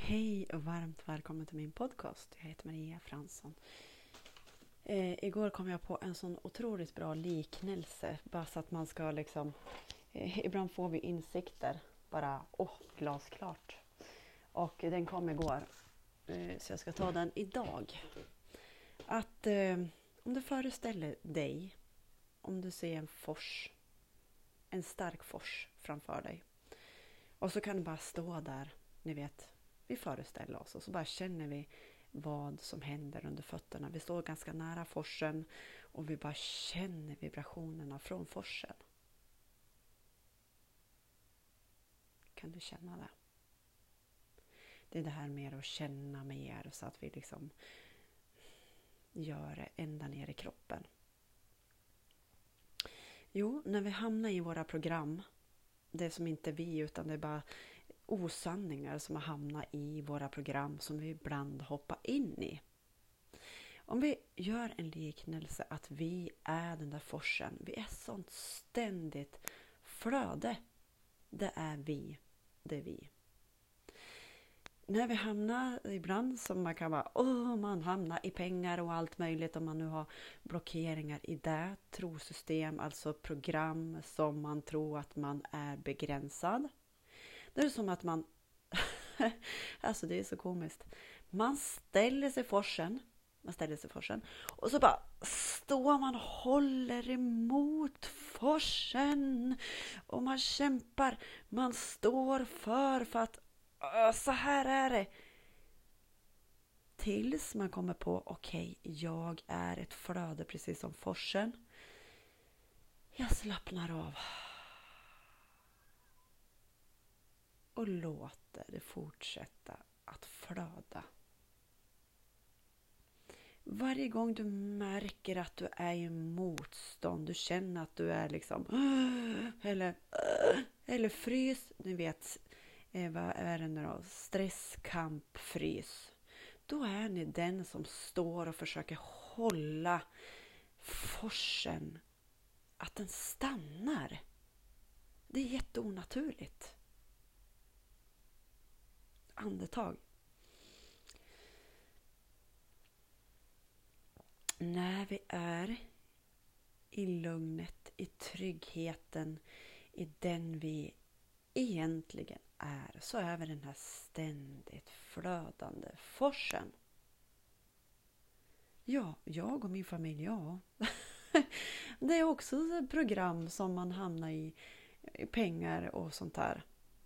Hej och varmt välkommen till min podcast. Jag heter Maria Fransson. Igår kom jag på en sån otroligt bra liknelse. Bara så att man ska ibland får vi insikter. Bara, glasklart. Och den kom igår. Så jag ska ta den idag. Att om du föreställer dig. Om du ser en fors. En stark fors framför dig. Och så kan du bara stå där. Ni vet. Vi föreställer oss och så bara känner vi vad som händer under fötterna. Vi står ganska nära forsen och vi bara känner vibrationerna från forsen. Kan du känna det? Det är det här med att känna mer så att vi gör det ända ner i kroppen. Jo, när vi hamnar i våra program, det är som inte vi utan det är bara osanningar som har hamnat i våra program som vi ibland hoppar in i. Om vi gör en liknelse att vi är den där forsen. Vi är sånt ständigt flöde. Det är vi. Det är vi. När vi hamnar ibland som man kan vara, man hamnar i pengar och allt möjligt om man nu har blockeringar i det trosystem, alltså program som man tror att man är begränsad. Det är som att man, alltså det är så komiskt. Man ställer sig forsen och så bara står man och håller emot forsen och man kämpar. Man står för att så här är det. Tills man kommer på, okej, jag är ett flöde precis som forsen. Jag slappnar av. Och låter det fortsätta att flöda. Varje gång du märker att du är i motstånd, du känner att du är eller frys, ni vet vad är det nu då? Stress, kamp, frys. Då är ni den som står och försöker hålla forsen, att den stannar. Det är jätteonaturligt. Andetag. När vi är i lugnet, i tryggheten, i den vi egentligen är, så är vi den här ständigt flödande forsen. Ja, jag och min familj, ja. Det är också ett program som man hamnar i pengar och sånt där.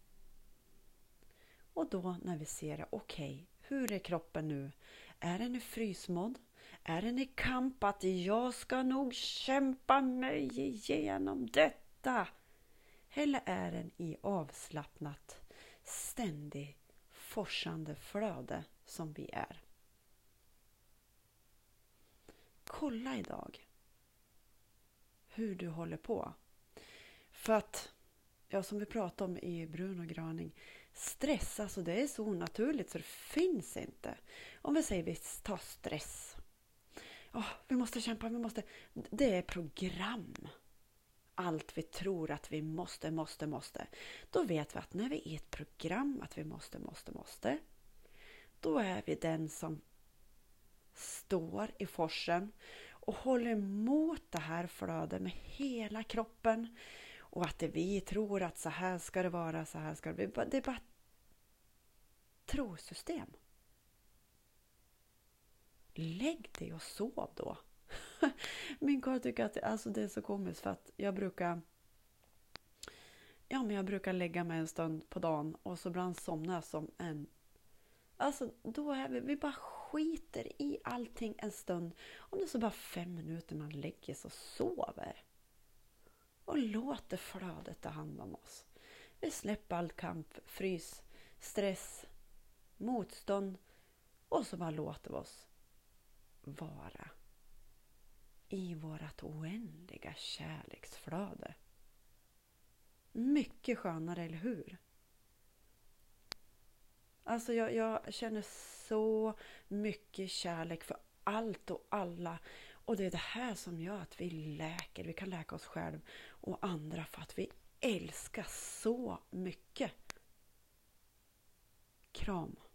Och då när vi ser det, okej, hur är kroppen nu? Är den i frysmod? Är den i kamp att jag ska nog kämpa mig igenom detta? Eller är den i avslappnat, ständigt forsande flöde som vi är? Kolla idag hur du håller på. För att, som vi pratade om i Brun och Graning, stress, alltså det är så onaturligt så det finns inte. Om vi säger vi tar stress. Vi måste kämpa, det är program. Allt vi tror att vi måste. Då vet vi att när vi är i ett program att vi måste. Då är vi den som står i forsen och håller emot det här flödet med hela kroppen. Och att vi tror att så här ska det vara, så här ska det bli. Det är bara trosystem. Lägg dig och sov då. Min karl tycker att det är så komiskt för att jag brukar lägga mig en stund på dagen och så ibland somnar jag som en. Då är vi bara skiter i allting en stund. Om det är så bara 5 minuter man lägger sig och sover. Och låter flödet ta hand om oss. Vi släpper all kamp, frys, stress, motstånd. Och så bara låter vi oss vara i vårat oändliga kärleksflöde. Mycket skönare, eller hur? Jag känner så mycket kärlek för allt och alla. Och det är det här som gör att vi kan läka oss själv och andra för att vi älskar så mycket. Kram.